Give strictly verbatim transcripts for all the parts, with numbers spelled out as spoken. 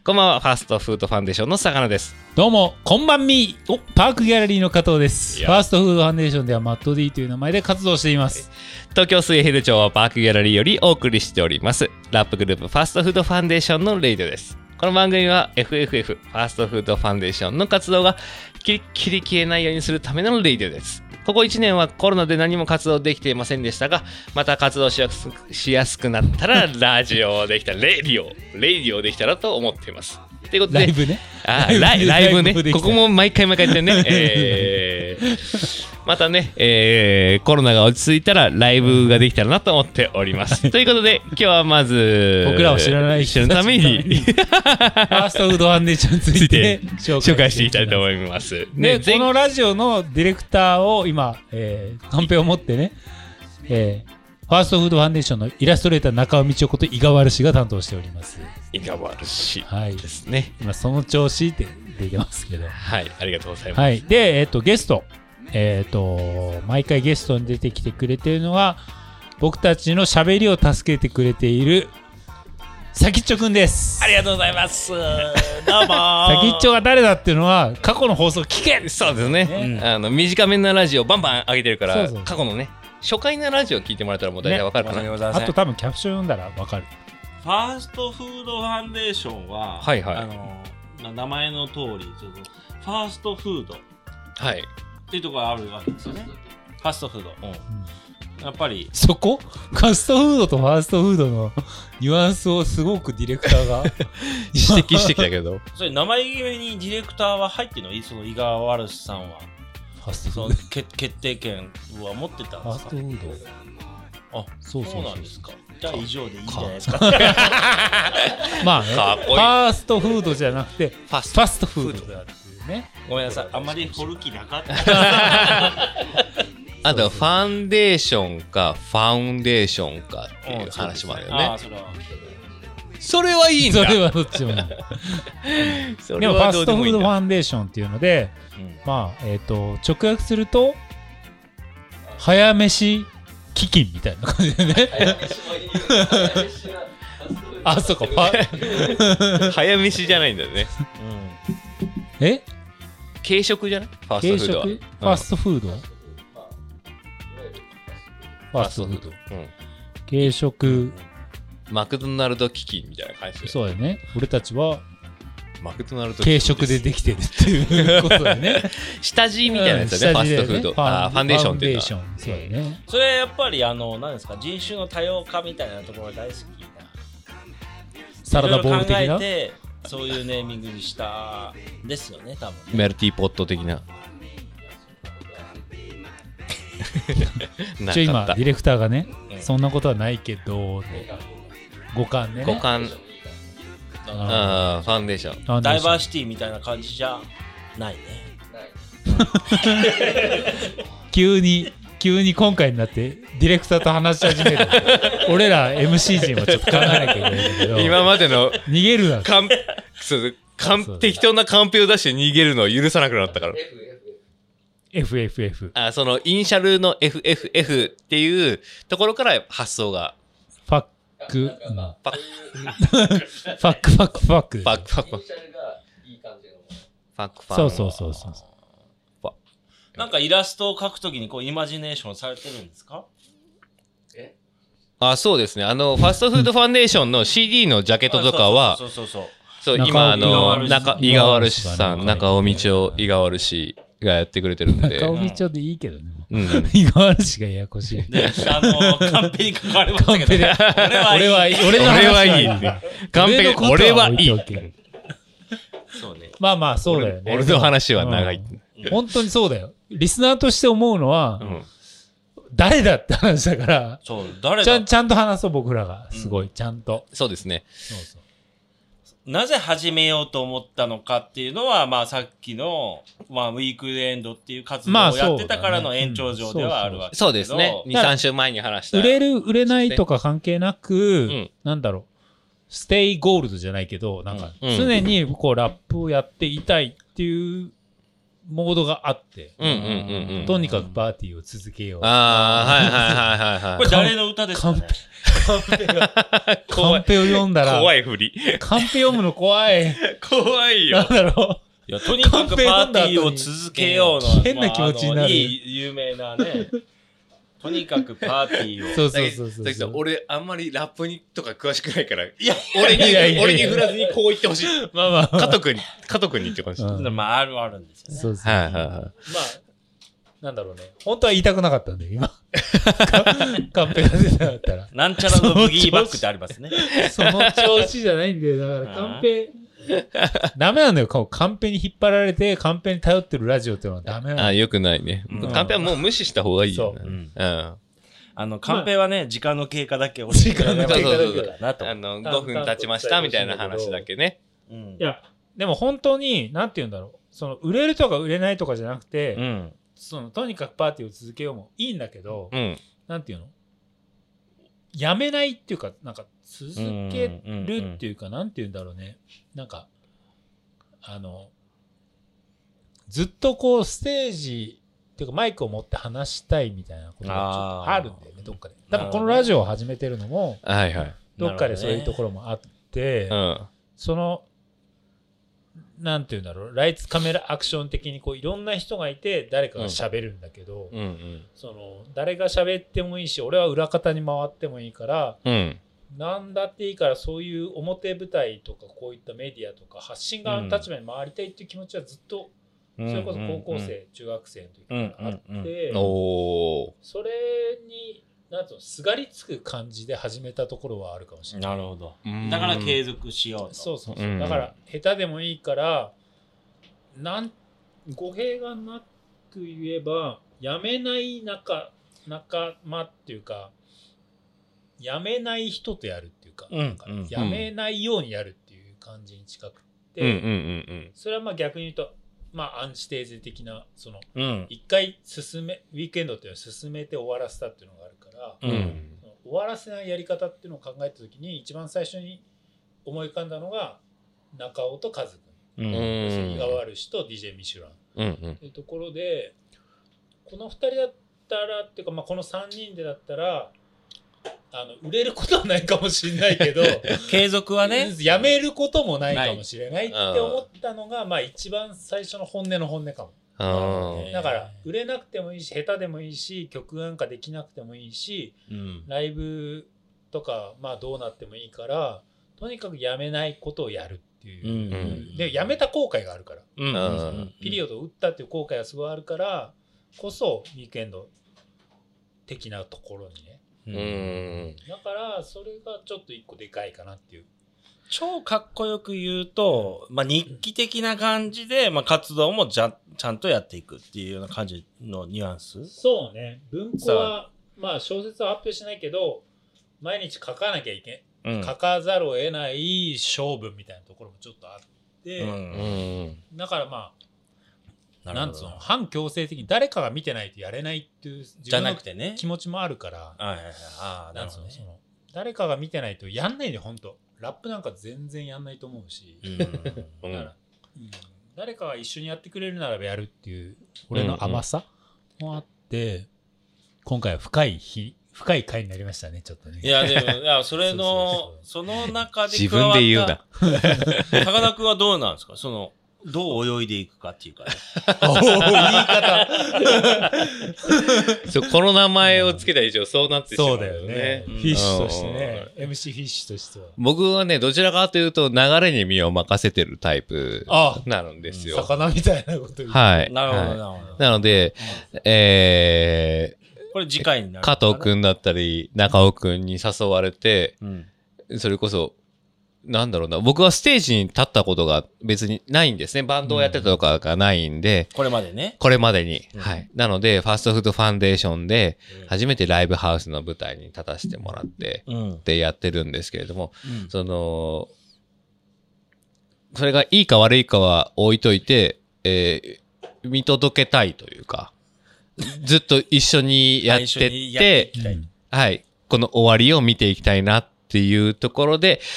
こんばんは、ファストフードファンデーションの魚です。 どうもこんばんみおパークギャラリーの加藤です。ファーストフードファンデーションではマット D という名前で活動しています。 東京水平町はパークギャラリーよりお送りしておりますラップグループファストフードファンデーションのレイディオです。この番組は エフエフエフ ファーストフードファンデーションの活動がキリッキリ消えないようにするためのレイディオです。ここいちねんはコロナで何も活動できていませんでしたが、また活動しやすく、しやすくなったらラジオできたらレイディオレイディオできたらと思っていますということで、 ライブね。 あライ、ライブね。ここも毎回毎回言ってね。えー、またね、えー、コロナが落ち着いたらライブができたらなと思っております。ということで、今日はまず、 僕らを知らない人のために、ファーストフードファンデーションについて紹介していきたいと思います。 で、このラジオのディレクターを今、えー、カンペを持ってね、えー、ファーストフードファンデーションのイラストレーター中尾道夫こと井川原氏が担当しております。 井川原氏ですね。 はい、今その調子って出てますけど。 はい、ありがとうございます。 はい、で、えっとゲスト、えっと毎回ゲストに出てきてくれているのは僕たちの喋りを助けてくれている先っちょくんです。 ありがとうございます。どうも先っちょが誰だっていうのは過去の放送聞け。 そうですね。ね、あの短めなラジオバンバン上げてるから、そうそう、過去のね。初回のラジオ聞いてもらったらもう大体わかるかな、ね、 あと多分キャプション読んだらわかる。 ファーストフードファンデーションは、はいはい、あの名前の通りちょっとファーストフードっていうところがあるわけですよね。ファーストフード、うんうん、やっぱりそこファストフードとファーストフードのニュアンスをすごくディレクターが指摘してきたけどそれ名前決めにディレクターは入ってるの？その井川原さんはファストフード決定権は持ってたんですか？ ファーストフード。あ、そうそうそうなんですか。じゃあ以上でいいんじゃないですか。 まあね、ファーストフードじゃなくてファストフードだっていうね。 ごめんなさい、あんまり掘る気なかった。 あとファンデーションかファウンデーションかっていう話もあるよね。あ、それはそれはいいんだ。 それはどっちもいい。でもファストフードファンデーションっていうので、うん、まあえっ、ー、と直訳すると早飯基金みたいな感じでね。あ、そうか。 早飯じゃないんだよね。 うん、え？ 軽食じゃない？ファーストフードは。 ファーストフード？ファーストフード。うん、軽食。 マクドナルド基金みたいな感じで。 そうだよね。俺たちはマクドナルド軽食でできてるっていうことだよね。 下地みたいなやつだね、ファストフード。あ、ファンデーションっていうのは。 そうだね。 それやっぱりあの何ですか、人種の多様化みたいなところが大好きな。 サラダボウル的な。 考えてそういうネーミングにしたですよね、多分ね。 メルティーポット的な。 ちょ今ディレクターがね、うん、そんなことはないけど五感ね。 五感。ああ、ファンデーション。 ダイバーシティみたいな感じじゃないね。 急に急に今回になってディレクターと話し始める。俺ら エムシー 陣はちょっと考えなきゃいけないんだけど。 今までの逃げるな。 かんそうかん適当なカンペを出して逃げるのを許さなくなったから。 エフエフエフ。 あ、そのイニシャルの エフエフエフ っていうところから発想が。 ファック、うん、ファックファックファックファックファックファックファックファックファック。そうそうそうそう。 なんかイラストを描くときにこうイマジネーションされてるんですか？ え？あ、そうですね。あのファストフードファンデーションの シーディー のジャケットとかは、そうそうそうそう。そう今あの中井川原さん、中尾道夫井川原氏がやってくれてるんで。 中尾道夫でいいけどね。うん、井川原氏がややこしい。 で、あのカンペに書かれましたけど、 俺はいい。俺はいい。カンペに俺はいい。 そうね。 まあまあそうだよね。 俺の話は長い。 本当にそうだよ。リスナーとして思うのは、うん、誰だって話だから、 そう誰だちゃん、ちゃんと話そう僕らが、すごい、うん、ちゃんと。 そうですね。 そうそう。なぜ始めようと思ったのかっていうのは、まあさっきの、まあウィークエンドっていう活動をやってたからの延長上ではあるわけですけど、 そうですね。に、さん週前に話した。 売れる、売れないとか関係なく、うん、なんだろう、ステイゴールドじゃないけど、なんか、常にこうラップをやっていたいっていうモードがあって、 うんうんうんうん、 とにかくパーティーを続けよう。 ああ、はいはいはいはいはい。 これ誰の歌ですかね。 カンペが、カンペを読んだら、 怖いふり。 カンペ読むの怖い。 怖いよ。 なんだろう。いや、とにかくパーティーを続けようの。 変な気持ちになる。 いい有名なね。とにかくパーティーを。 そうそうそうそうそう。 俺、あんまりラップにとか詳しくないから、いや、俺に、いやいやいや俺に振らずにこう言ってほしい。 まあまあ、 加藤くんに、加藤くんに言ってほしい。 うん、まあ、あるあるんですよね。 そうそう。 はいはいはい。 まあ、なんだろうね。本当は言いたくなかったんで、今。カンペが出なかったら。 なんちゃらのブギーバックってありますね。 その調子じゃないんだよ。だから、カンペ、ダメなんだよ。カンペに引っ張られて、カンペに頼ってるラジオっていうのはダメなんだよ。 あ、よくないね。うん、カンペはもう無視した方がいいよね。 そう。うん。 うんあの、カンペはね、まあ、時間の経過だけ教えてくれればいいかなと。 あの、ごふん経ちましたみたいな話だけね。 うん。いや、でも本当に、なんて言うんだろう。その、売れるとか売れないとかじゃなくて、 うん、 その、とにかくパーティーを続けようもいいんだけど、 うん、 なんて言うのやめないっていうか、なんか、続けるっていうか、なんて言うんだろうね。なんか、あの、ずっとこう、ステージ、っていうかマイクを持って話したいみたいなことがちょっとあるんだよね、どっかで。多分このラジオを始めてるのも、 はいはい。 どっかでそういうところもあって、 ね、 その、なんていうんだろう、ライツカメラアクション的にこういろんな人がいて誰かが喋るんだけど、 うんうんうん、 その誰が喋ってもいいし、俺は裏方に回ってもいいから、 うん、 なんだっていいからそういう表舞台とかこういったメディアとか発信側の立場に回りたいっていう気持ちはずっと、それこそ高校生、うんうんうん、中学生の時からあって、うんうんうん、それになんとすがりつく感じで始めたところはあるかもしれない。 なるほど。だから継続しようと。 そうそうそう。だから下手でもいいからなん語弊がなく言えばやめない仲仲間っていうかやめない人とやるっていうか、 うんうんうん、 やめないようにやるっていう感じに近くて、 うんうんうんうん、 それはまあ逆に言うとまあアンチテーゼ的なその一、 うん、 回進めウィークエンドっていうのは進めて終わらせたっていうのがあるから、 うん、 終わらせないやり方っていうのを考えた時に一番最初に思い浮かんだのが中尾とカズ君、要するに伊賀ワルシと ディージェー ミシュラン、 うんうん、 というところでこのふたりだったらっていうか、まあ、このさんにんでだったらあの売れることはないかもしれないけど継続はねやめることもないかもしれないって思ったのが、まあ、一番最初の本音の本音かも。だから売れなくてもいいし下手でもいいし曲なんかできなくてもいいし、 うん、 ライブとか、まあ、どうなってもいいからとにかくやめないことをやるっていう、 うんうん、 でやめた後悔があるから、 うんうん、 ピリオドを打ったっていう後悔がすごいあるからこそウィークエンド的なところにね、 うん、 だからそれがちょっと一個でかいかなっていう。 超かっこよく言うと、まあ、日記的な感じで、まあ、活動もじゃちゃんとやっていくっていうような感じのニュアンス。 そうね。文庫はまあ小説は発表しないけど毎日書かなきゃいけん、うん、書かざるを得ない性分みたいなところもちょっとあって、 うん、 だからまあなんつうの反強制的に誰かが見てないとやれないっていう自分の気持ちもあるから、なんつうのその誰かが見てないとやんないで本当ラップなんか全然やんないと思うし、 うんだから、うん、誰かが一緒にやってくれるならばやるっていう俺の甘さもあって、うんうん、今回は深い日深い回になりましたねちょっとね。 いやでもいやそれのその中で自分で言うな。 高田君はどうなんですかその。どう泳いでいくかっていうかね。 おお、言い方。 そう、この名前をつけた以上そうなってしまうよね。 そうだよね。フィッシュとしてね。エムシー フィッシュとしては。 僕はね、どちらかというと流れに身を任せてるタイプなんですよ。 魚みたいなこと言う。 はい。 なるほど、なるほど。 なので、うん、えー、 これ次回になる。 加藤くんだったり、中尾くんに誘われて、 うん、 それこそ、なんだろうな。僕はステージに立ったことが別にないんですね。バンドをやってたとかがないんで。 うん、これまでね。 これまでに。 うん、 はい。なので、ファーストフードファンデーションで、初めてライブハウスの舞台に立たせてもらって、 うん、 でやってるんですけれども、 うん、 その、それがいいか悪いかは置いといて、えー、見届けたいというか、ずっと一緒にやってって、はい。この終わりを見ていきたいなっていうところで、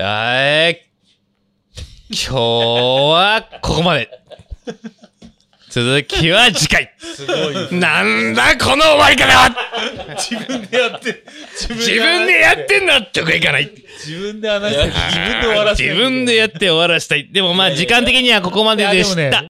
えー、今日はここまで。つ続きは次回。 すごい。 なんだこの終わり方は自分でやって、 自分でやって納得いかない。 自分で話して、自分で終わらせたい。 自分でやって終わらせたい。でもまあ時間的にはここまででした。